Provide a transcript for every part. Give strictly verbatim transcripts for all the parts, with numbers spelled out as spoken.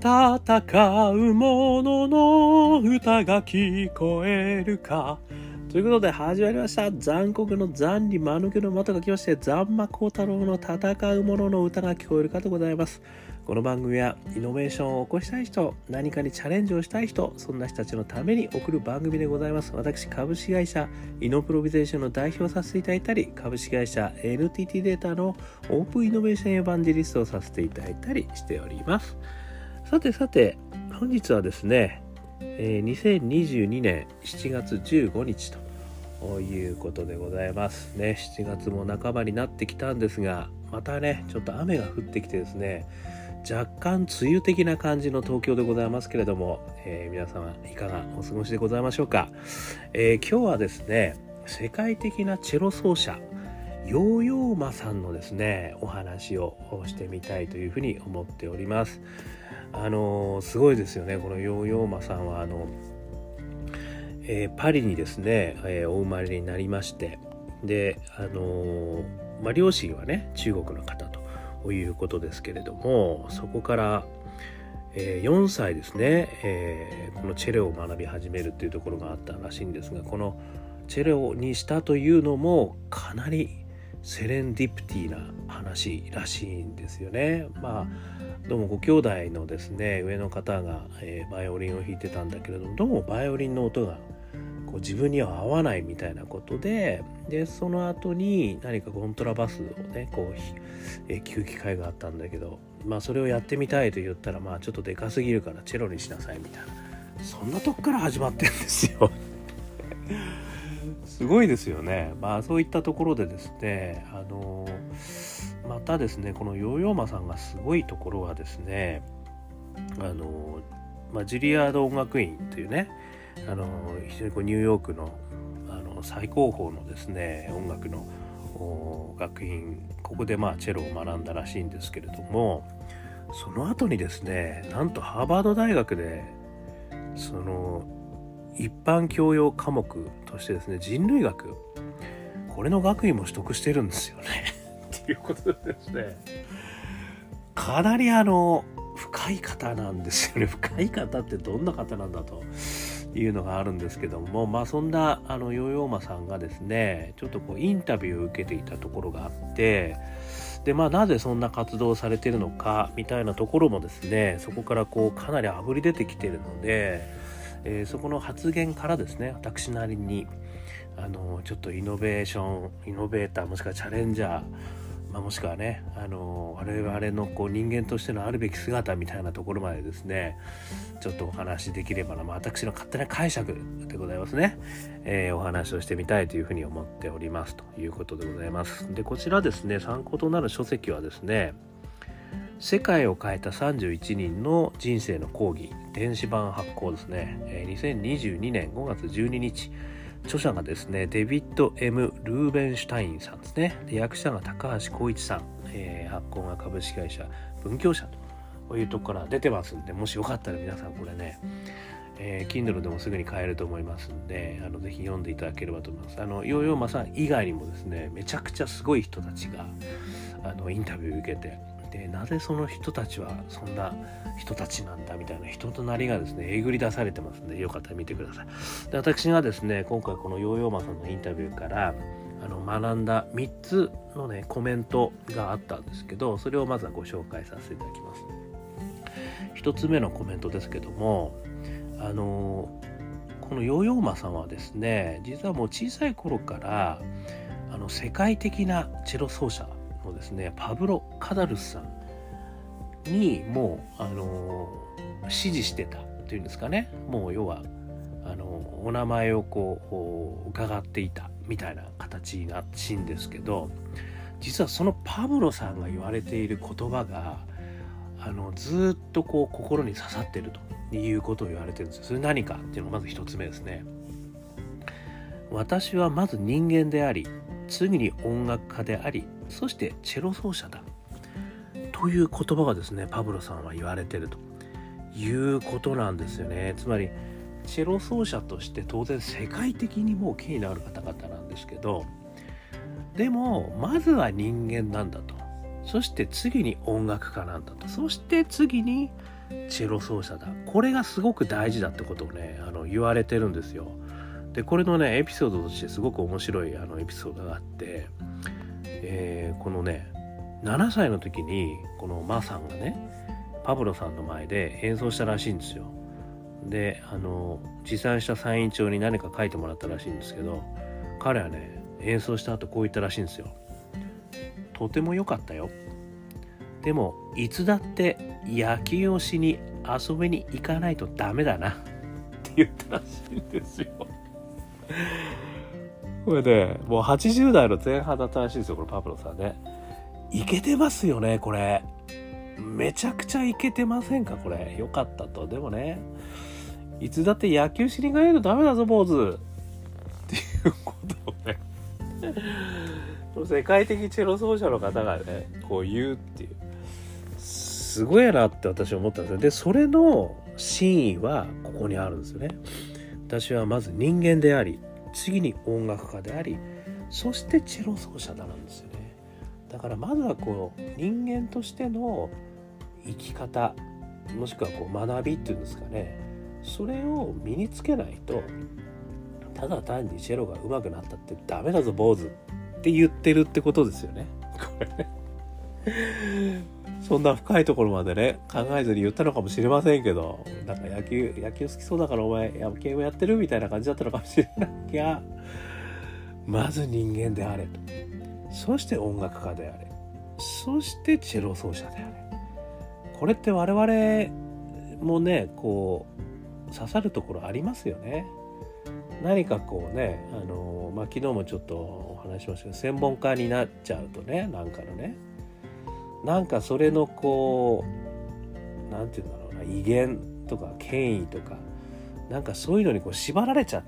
戦う者の歌が聞こえるか。ということで始まりました。残酷の残に間抜けの間と書きまして、残魔高太郎の戦う者の歌が聞こえるかでございます。この番組はイノベーションを起こしたい人、何かにチャレンジをしたい人、そんな人たちのために送る番組でございます。私、株式会社イノプロビゼーションの代表をさせていただいたり、株式会社 エヌティーティー データのオープンイノベーションエヴァンジェリストをさせていただいたりしております。さてさて、本日はですね、えー、にせんにじゅうにねんしちがつじゅうごにちということでございますね。しちがつも半ばになってきたんですが、またねちょっと雨が降ってきてですね、若干梅雨的な感じの東京でございますけれども、えー、皆様いかがお過ごしでございましょうか。えー、今日はですね、世界的なチェロ奏者ヨーヨーマさんのですねお話をしてみたいというふうに思っております。あのー、すごいですよね。このヨーヨーマさんはあの、えー、パリにですね、えー、お生まれになりまして、であのーまあ、両親はね中国の方ということですけれども、そこから、えー、よんさいですね、えー、このチェレを学び始めるっていうところがあったらしいんですが、このチェレをにしたというのもかなりセレンディプティな話らしいんですよね。まあどうもご兄弟のですね上の方が、えー、バイオリンを弾いてたんだけれども、どうもバイオリンの音がこう自分には合わないみたいなことで、でその後に何かコントラバスをねこう、えー、聴く機会があったんだけど、まあそれをやってみたいと言ったら、まあちょっとでかすぎるからチェロにしなさいみたいな、そんなとこから始まってるんですよすごいですよね。まあそういったところでですね、あのー、またですね、このヨーヨーマさんがすごいところはですね、あのーまあ、ジュリアード音楽院というね、あのー、非常にこうニューヨークの、あの最高峰のですね音楽の学院、ここでまあチェロを学んだらしいんですけれども、その後にですね、なんとハーバード大学でその一般教養科目としてですね、人類学、これの学位も取得してるんですよねっていうことでですね、かなりあの深い方なんですよね。深い方ってどんな方なんだというのがあるんですけども、まあそんなあのヨーヨーマさんがですね、ちょっとこうインタビューを受けていたところがあって、でまあなぜそんな活動をされているのかみたいなところもですね、そこからこうかなりあぶり出てきているので、えー、そこの発言からですね、私なりにあのちょっとイノベーションイノベーター、もしくはチャレンジャー、まあ、もしくはね、あの我々のこう人間としてのあるべき姿みたいなところまでですね、ちょっとお話できればな、まあ、私の勝手な解釈でございますね、えー、お話をしてみたいというふうに思っておりますということでございます。でこちらですね、参考となる書籍はですね、世界を変えたさんじゅういちにんの人生の講義、電子版発行ですね、えー、にせんにじゅうにねんごがつじゅうににち、著者がですねデビッド エム ルーベンシュタインさんですね。で訳者が高橋光一さん、えー、発行が株式会社文教社というところから出てますんで、もしよかったら皆さんこれね、えー、Kindle でもすぐに買えると思いますんで、あのぜひ読んでいただければと思います。あのヨーヨーマさん以外にもですね、めちゃくちゃすごい人たちがあのインタビューを受けて、でなぜその人たちはそんな人たちなんだみたいな人となりがですねえぐり出されてますので、よかったら見てください。で私がですね今回このヨーヨーマさんのインタビューからあの学んだみっつのねコメントがあったんですけど、それをまずはご紹介させていただきます。ひとつめのコメントですけども、あのこのヨーヨーマさんはですね、実はもう小さい頃からあの世界的なチェロ奏者のですねパブロ・カダルスさんにもうあの指示してたというんですかね、もう要はあのお名前をこう伺っていたみたいな形らしいんですけど、実はそのパブロさんが言われている言葉があのずっとこう心に刺さっているということを言われてるんですよ。それ何かっていうのがまず一つ目ですね。私はまず人間であり、次に音楽家であり、そしてチェロ奏者だという言葉がですねパブロさんは言われているということなんですよね。つまりチェロ奏者として当然世界的にもう権威のある方々なんですけど、でもまずは人間なんだと、そして次に音楽家なんだと、そして次にチェロ奏者だ。これがすごく大事だってことをねあの言われてるんですよ。でこれのねエピソードとしてすごく面白いあのエピソードがあって、えー、このねななさいの時にこのマさんがねパブロさんの前で演奏したらしいんですよ。であの持参したサイン帳に何か書いてもらったらしいんですけど、彼はね演奏した後こう言ったらしいんですよ。とても良かったよ。でもいつだって野球をしに遊びに行かないとダメだなって言ったらしいんですよ。これねもうはちじゅう代の前半だったらしいんですよ、これパブロさんね。イケてますよねこれ。めちゃくちゃイケてませんかこれ。良かったと。でもねいつだって野球しに行かないとダメだぞ坊主っていうことをね世界的チェロ奏者の方がねこう言うっていう、すごいなって私は思ったんですよ。でそれの真意はここにあるんですよね。私はまず人間であり、次に音楽家であり、そしてチェロ奏者だなんですよね。だからまずはこう人間としての生き方、もしくはこう学びっていうんですかね、それを身につけないとただ単にチェロが上手くなったってダメだぞ坊主って言ってるってことですよね。これねそんな深いところまでね考えずに言ったのかもしれませんけど、なんか野球野球好きそうだからお前野球をやってるみたいな感じだったのかもしれないが、まず人間であれと、そして音楽家であれ、そしてチェロ奏者であれ。これって我々もねこう刺さるところありますよね。何かこうねあの、まあ、昨日もちょっとお話ししましたけど、専門家になっちゃうとね、なんかのねなんかそれのこうなんていうんだろうな、威厳とか権威とかなんかそういうのにこう縛られちゃって、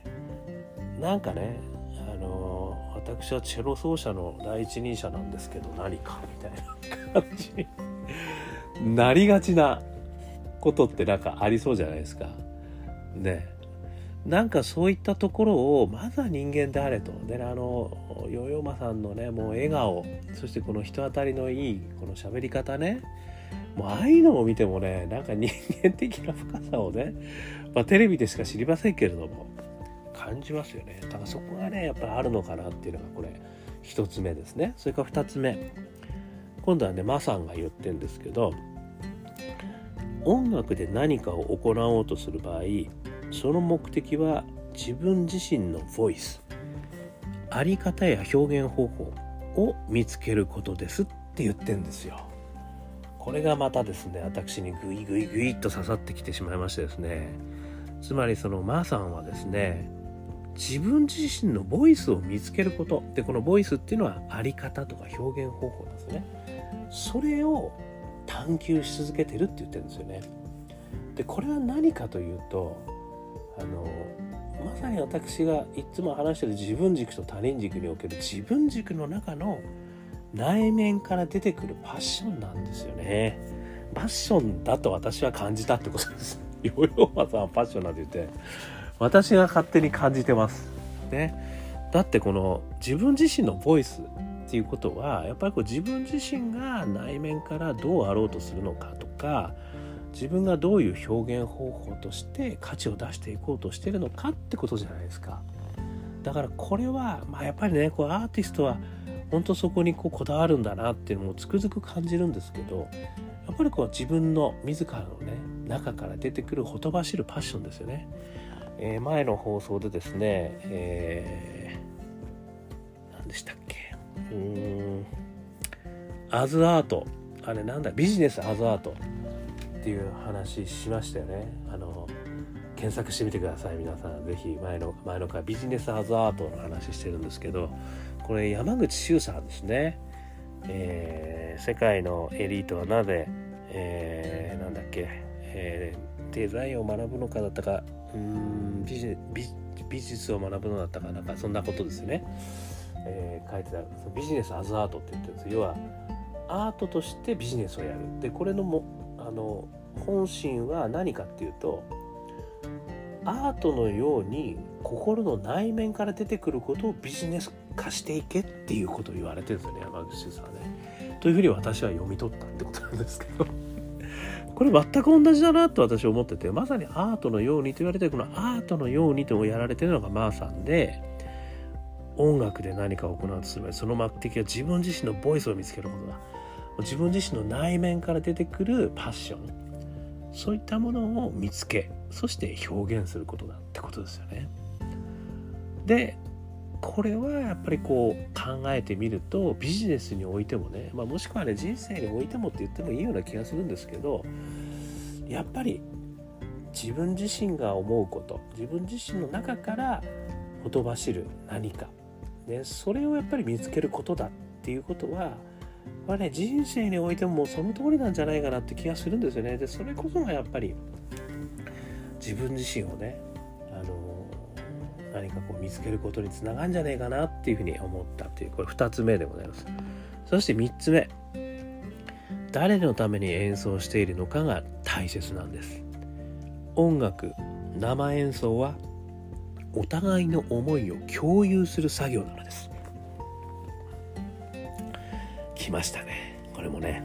なんかねあの私はチェロ奏者の第一人者なんですけど何かみたいな感じになりがちなことってなんかありそうじゃないですかね。なんかそういったところをまずは人間であれと。で、ね、あのヨーヨーマさんのねもう笑顔、そしてこの人当たりのいいこの喋り方ね、もうああいうのを見てもねなんか人間的な深さをね、まあ、テレビでしか知りませんけれども感じますよね。だからそこがねやっぱりあるのかなっていうのがこれ一つ目ですね。それから二つ目、今度はねマさんが言ってるんですけど、音楽で何かを行おうとする場合、その目的は自分自身のボイス、あり方や表現方法を見つけることですって言ってるんですよ。これがまたですね私にグイグイグイっと刺さってきてしまいましてですね、つまりそのマーさんはですね自分自身のボイスを見つけることで、このボイスっていうのはあり方とか表現方法ですね、それを探求し続けてるって言ってるんですよね。でこれは何かというと、あのまさに私がいつも話している自分軸と他人軸における自分軸の中の内面から出てくるパッションなんですよね。パッションだと私は感じたってことです。ヨーヨーマさんはパッションなんて言って私が勝手に感じてますね。だってこの自分自身のボイスっていうことはやっぱりこう自分自身が内面からどうあろうとするのかとか、自分がどういう表現方法として価値を出していこうとしているのかってことじゃないですか。だからこれは、まあ、やっぱりねこうアーティストは本当そこにこうこだわるんだなっていうのもつくづく感じるんですけど、やっぱりこう自分の自らのね中から出てくるほとばしるパッションですよね。えー、前の放送でですね、えー、何でしたっけ、うーんアズアート、あれなんだビジネスアズアートっていう話しましたよね。あの検索してみてください皆さん。ぜひ前の前の回ビジネスアズアートの話してるんですけど、これ山口周さんですね。えー、世界のエリートはなぜ、えー、なんだっけ、えー、デザインを学ぶのかだったか、うーん 美, 美, 美術を学ぶのだったかなんかそんなことですね。えー、書いてたビジネスアズアートって言ってるんです。要はアートとしてビジネスをやる。でこれのもあの本心は何かっていうと、アートのように心の内面から出てくることをビジネス化していけっていうことを言われてるんですよね、山口周さんはね。というふうに私は読み取ったってことなんですけどこれ全く同じだなと私は思ってて、まさにアートのようにと言われて、このアートのようにとやられているのがマーさんで、音楽で何かを行うとすればその目的は自分自身のボイスを見つけることだ。自分自身の内面から出てくるパッション、そういったものを見つけ、そして表現することだってことですよね。でこれはやっぱりこう考えてみると、ビジネスにおいてもね、まあ、もしくはね人生においてもって言ってもいいような気がするんですけど、やっぱり自分自身が思うこと、自分自身の中からほとばしる何か、ね、それをやっぱり見つけることだっていうことは、まあね、人生においてももうその通りなんじゃないかなって気がするんですよね。でそれこそがやっぱり自分自身をね、あの何かこう見つけることにつながるんじゃないかなっていうふうに思ったという、これふたつめでございます。そしてみっつめ、誰のために演奏しているのかが大切なんです。音楽、生演奏はお互いの思いを共有する作業なのです。来ましたね、これもね。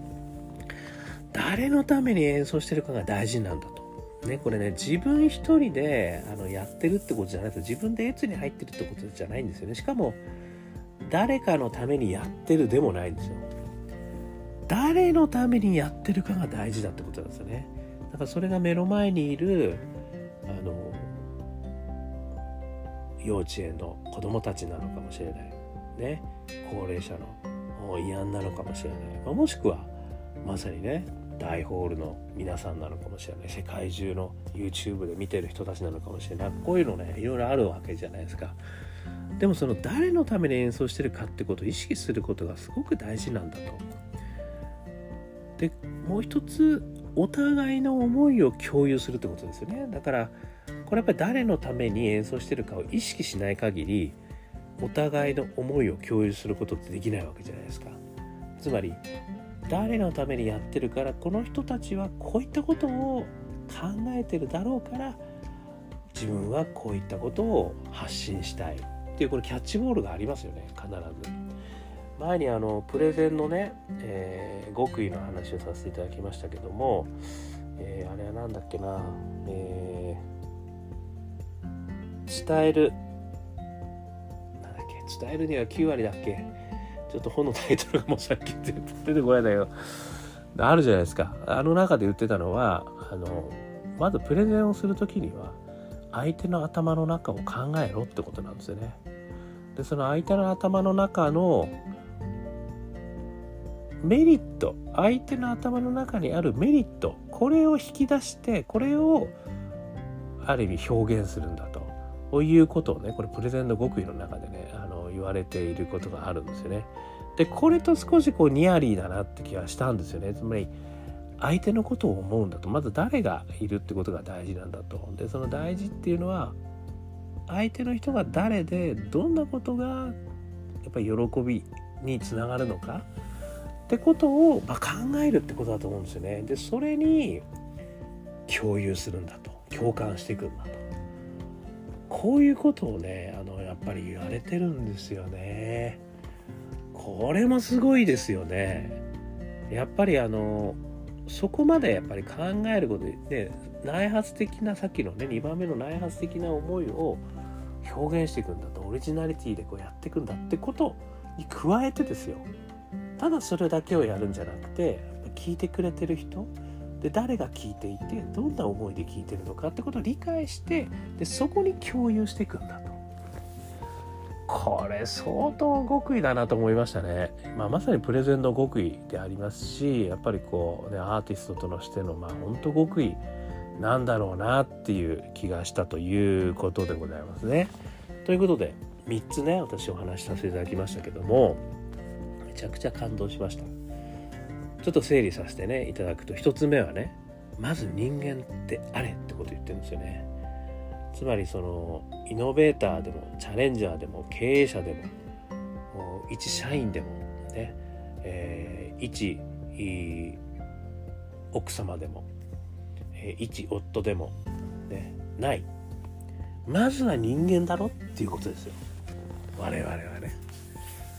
誰のために演奏しているかが大事なんだと。ね、これね、自分一人であのやってるってことじゃないと、自分で越に入ってるってことじゃないんですよね。しかも誰かのためにやってるでもないんですよ。誰のためにやってるかが大事だってことなんですよね。だからそれが目の前にいるあの幼稚園の子供たちなのかもしれないね、高齢者の慰安なのかもしれない、まあ、もしくはまさにね大ホールの皆さんなのかもしれない、世界中の YouTube で見てる人たちなのかもしれない、こういうのねいろいろあるわけじゃないですか。でもその誰のために演奏してるかってことを意識することがすごく大事なんだと。でもう一つ、お互いの思いを共有するってことですよね。だからこれやっぱり誰のために演奏してるかを意識しない限り、お互いの思いを共有することってできないわけじゃないですか。つまり誰のためにやってるから、この人たちはこういったことを考えてるだろうから、自分はこういったことを発信したいっていう、これキャッチボールがありますよね、必ず。前にあのプレゼンのね、えー、極意の話をさせていただきましたけども、えー、あれはなんだっけな、えー、伝えるなんだっけ、伝えるにはきゅうわりだっけ、ちょっと本のタイトルがもうさっき出てこないんだけど、あるじゃないですか。あの中で言ってたのは、あのまずプレゼンをするときには相手の頭の中を考えろってことなんですよね。でその相手の頭の中のメリット、相手の頭の中にあるメリット、これを引き出して、これをある意味表現するんだと、こういうことをね、これプレゼンの極意の中でね、あの言われていることがあるんですよね。でこれと少しこうニアリーだなって気がしたんですよね。つまり相手のことを思うんだと、まず誰がいるってことが大事なんだと。でその大事っていうのは、相手の人が誰でどんなことがやっぱり喜びにつながるのかってことを、まあ、考えるってことだと思うんですよね。でそれに共有するんだと、共感していくんだと、こういうことをね、あのやっぱり言われてるんですよね。これもすごいですよね。やっぱりあのそこまでやっぱり考えることで、内発的な、さっきのねにばんめの内発的な思いを表現していくんだと、オリジナリティでこうやっていくんだってことに加えてですよ、ただそれだけをやるんじゃなくて、聞いてくれてる人で、誰が聞いていてどんな思いで聞いてるのかってことを理解して、でそこに共有していくんだと。これ相当極意だなと思いましたね。まあ、まさにプレゼンの極意でありますし、やっぱりこうね、アーティストとのしてのまあ本当極意なんだろうなっていう気がしたということでございますね。ということでみっつね、私お話しさせていただきましたけども、めちゃくちゃ感動しました。ちょっと整理させてねいただくと、ひとつめはね、まず人間ってあれってことを言ってるんですよね。つまりそのイノベーターでもチャレンジャーでも経営者でも一社員でもね、えー、一奥様でも、えー、一夫でも、ね、ない、まずは人間だろっていうことですよ、我々はね。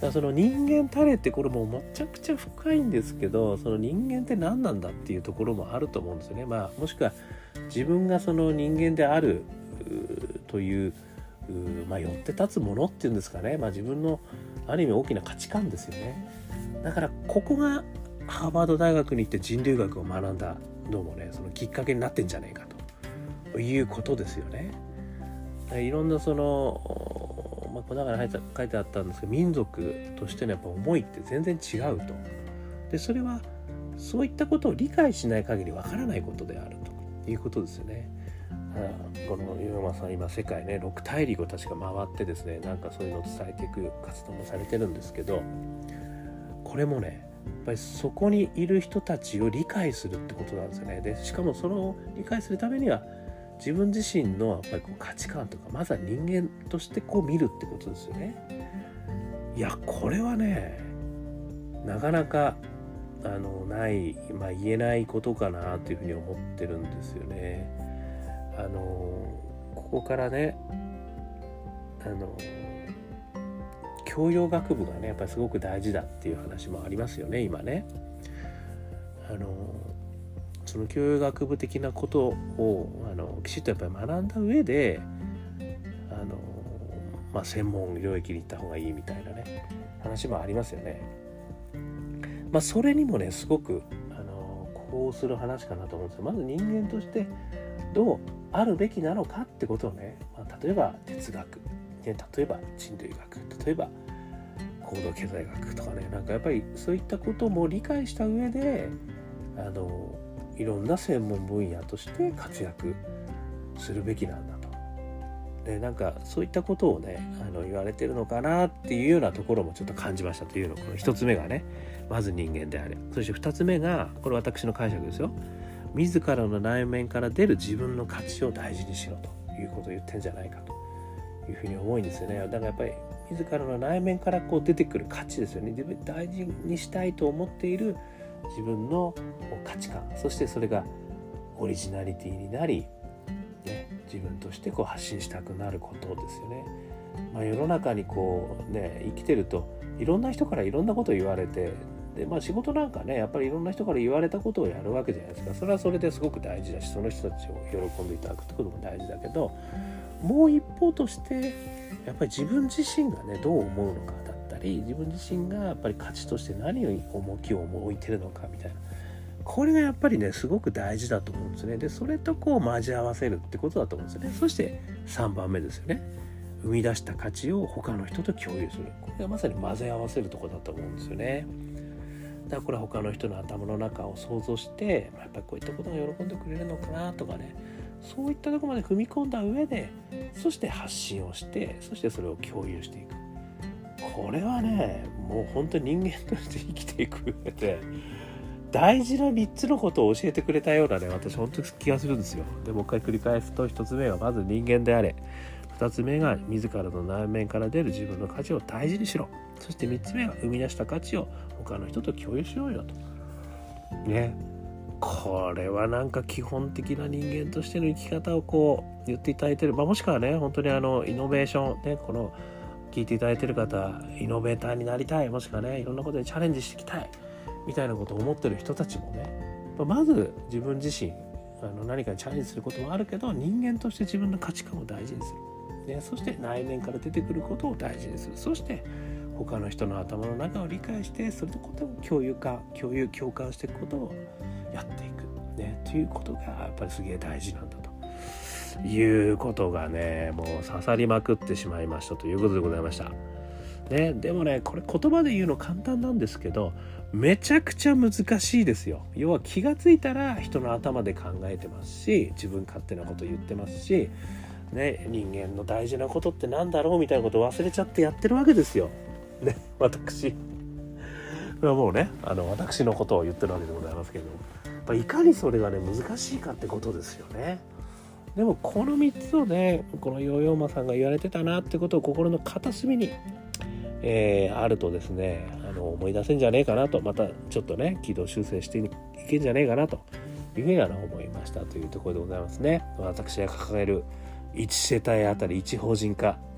からその人間たれってこれもめちゃくちゃ深いんですけど、その人間って何なんだっていうところもあると思うんですよね。まあもしくは自分がその人間であるという、まあ寄って立つものっていうんですかね、まあ自分のある意味大きな価値観ですよね。だからここがハーバード大学に行って人類学を学んだのもね、そのきっかけになってんじゃないかということですよね。いろんなその、まあ、この中に書いてあったんですけど、民族としてのやっぱ思いって全然違うと。でそれはそういったことを理解しない限りわからないことであるということですよね。この湯山さん今世界ねろく大陸を確か回ってですね、なんかそういうのを伝えていく活動もされてるんですけど、これもねやっぱりそこにいる人たちを理解するってことなんですよね。でしかもその理解するためには自分自身のやっぱりこう価値観とか、まずは人間としてこう見るってことですよね。いやこれはねなかなかあのない、まあ、言えないことかなというふうに思ってるんですよね。あのここからねあの教養学部がねやっぱりすごく大事だっていう話もありますよね今ね。あのその教養学部的なことをあのきちっとやっぱり学んだ上であの、まあ、専門領域に行った方がいいみたいなね話もありますよね。まあそれにもねすごくあのこうする話かなと思うんですよ。まず人間としてどうあるべきなのかってことをね、まあ、例えば哲学、ね、例えば人類学、例えば行動経済学とかね、なんかやっぱりそういったことも理解した上であのいろんな専門分野として活躍するべきなんだと。でなんかそういったことをねあの言われてるのかなっていうようなところもちょっと感じましたというの。この一つ目がねまず人間であれ、そして二つ目がこれ私の解釈ですよ、自らの内面から出る自分の価値を大事にしろということを言ってんじゃないかというふうに思うんですよね。だからやっぱり自らの内面からこう出てくる価値ですよね。自分大事にしたいと思っている自分の価値観、そしてそれがオリジナリティになり、ね、自分としてこう発信したくなることですよね。まあ、世の中にこうね生きてるといろんな人からいろんなことを言われて、で、まあ、仕事なんかねやっぱりいろんな人から言われたことをやるわけじゃないですか。それはそれですごく大事だし、その人たちを喜んでいただくってことも大事だけど、もう一方としてやっぱり自分自身がねどう思うのかだったり、自分自身がやっぱり価値として何を重きを置いてるのかみたいな、これがやっぱりねすごく大事だと思うんですね。でそれとこう交わわせるってことだと思うんですよね。そしてさんばんめですよね、生み出した価値を他の人と共有する。これがまさに混ぜ合わせるところだと思うんですよね。だからこれは他の人の頭の中を想像して、やっぱりこういったことが喜んでくれるのかなとかね、そういったところまで踏み込んだ上で、そして発信をして、そしてそれを共有していく。これはねもう本当に人間として生きていく上で大事なみっつのことを教えてくれたようなね、私本当に気がするんですよ。でもう一回繰り返すと、ひとつめはまず人間であれ、ふたつめが自らの内面から出る自分の価値を大事にしろ、そしてみっつめは生み出した価値を他の人と共有しようよとね。これはなんか基本的な人間としての生き方をこう言っていただいてる、まあ、もしくはね本当にあのイノベーションね、この聞いていただいてる方、イノベーターになりたい、もしくはねいろんなことにチャレンジしていきたいみたいなことを思ってる人たちもね、まず自分自身あの何かにチャレンジすることもあるけど、人間として自分の価値観を大事にする、ね、そして内面から出てくることを大事にする、そして他の人の頭の中を理解して、それとことを共有化共有共感していくことをやっていくね、ということがやっぱりすげえ大事なんだということがね、もう刺さりまくってしまいましたということでございましたね。でもねこれ言葉で言うの簡単なんですけど、めちゃくちゃ難しいですよ。要は気がついたら人の頭で考えてますし、自分勝手なこと言ってますし、ね、人間の大事なことってなんだろうみたいなことを忘れちゃってやってるわけですよ。ね、私これはもうねあの私のことを言ってるわけでございますけど、やっぱいかにそれがね難しいかってことですよね。でもこのみっつをねこのヨーヨーマさんが言われてたなってことを心の片隅に、えー、あるとですね、あの思い出せんじゃねえかなと、またちょっとね軌道修正していけんじゃねえかなというふうには思いましたというところでございますね。私が掲げるいち世帯あたりいち法人化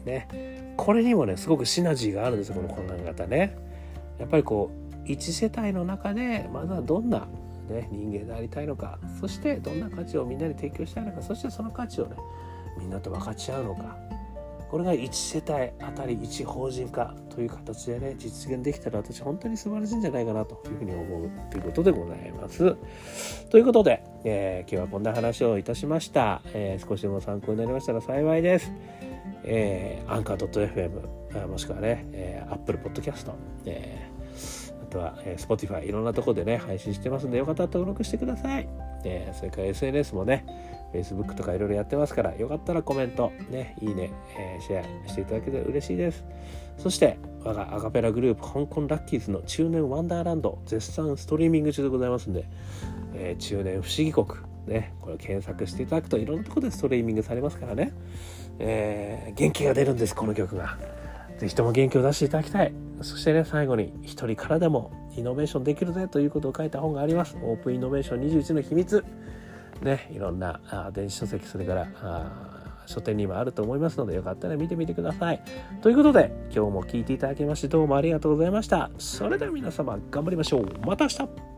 ね、これにもねすごくシナジーがあるんですよ、この考え方ね。やっぱりこう一世帯の中でまずはどんな、ね、人間でありたいのか、そしてどんな価値をみんなに提供したいのか、そしてその価値をねみんなと分かち合うのか、これがいち世帯あたりいち法人化という形でね実現できたら、私本当に素晴らしいんじゃないかなというふうに思うということでございます。ということで、えー、今日はこんな話をいたしました。えー、少しでも参考になりましたら幸いです。えー、アンカー .fm もしくはね、えー、Apple Podcast、えー、あとは、えー、Spotify いろんなところでね配信してますんで、よかったら登録してください。えー、それから エスエヌエス もねFacebook とかいろいろやってますから、よかったらコメント、ね、いいね、えー、シェアしていただけて嬉しいです。そして我がアカペラグループ香港ラッキーズの中年ワンダーランド絶賛ストリーミング中でございますんで、えー、中年不思議国ね、これを検索していただくといろんなところでストリーミングされますからね、えー、元気が出るんです、この曲が。ぜひとも元気を出していただきたい。そしてね、最後に一人からでもイノベーションできるぜということを書いた本があります。オープンイノベーションにじゅういちの秘密ね、いろんなあ電子書籍、それからあ書店にもあると思いますので、よかったら見てみてください。ということで今日も聞いていただきましてどうもありがとうございました。それでは皆様頑張りましょう。また明日。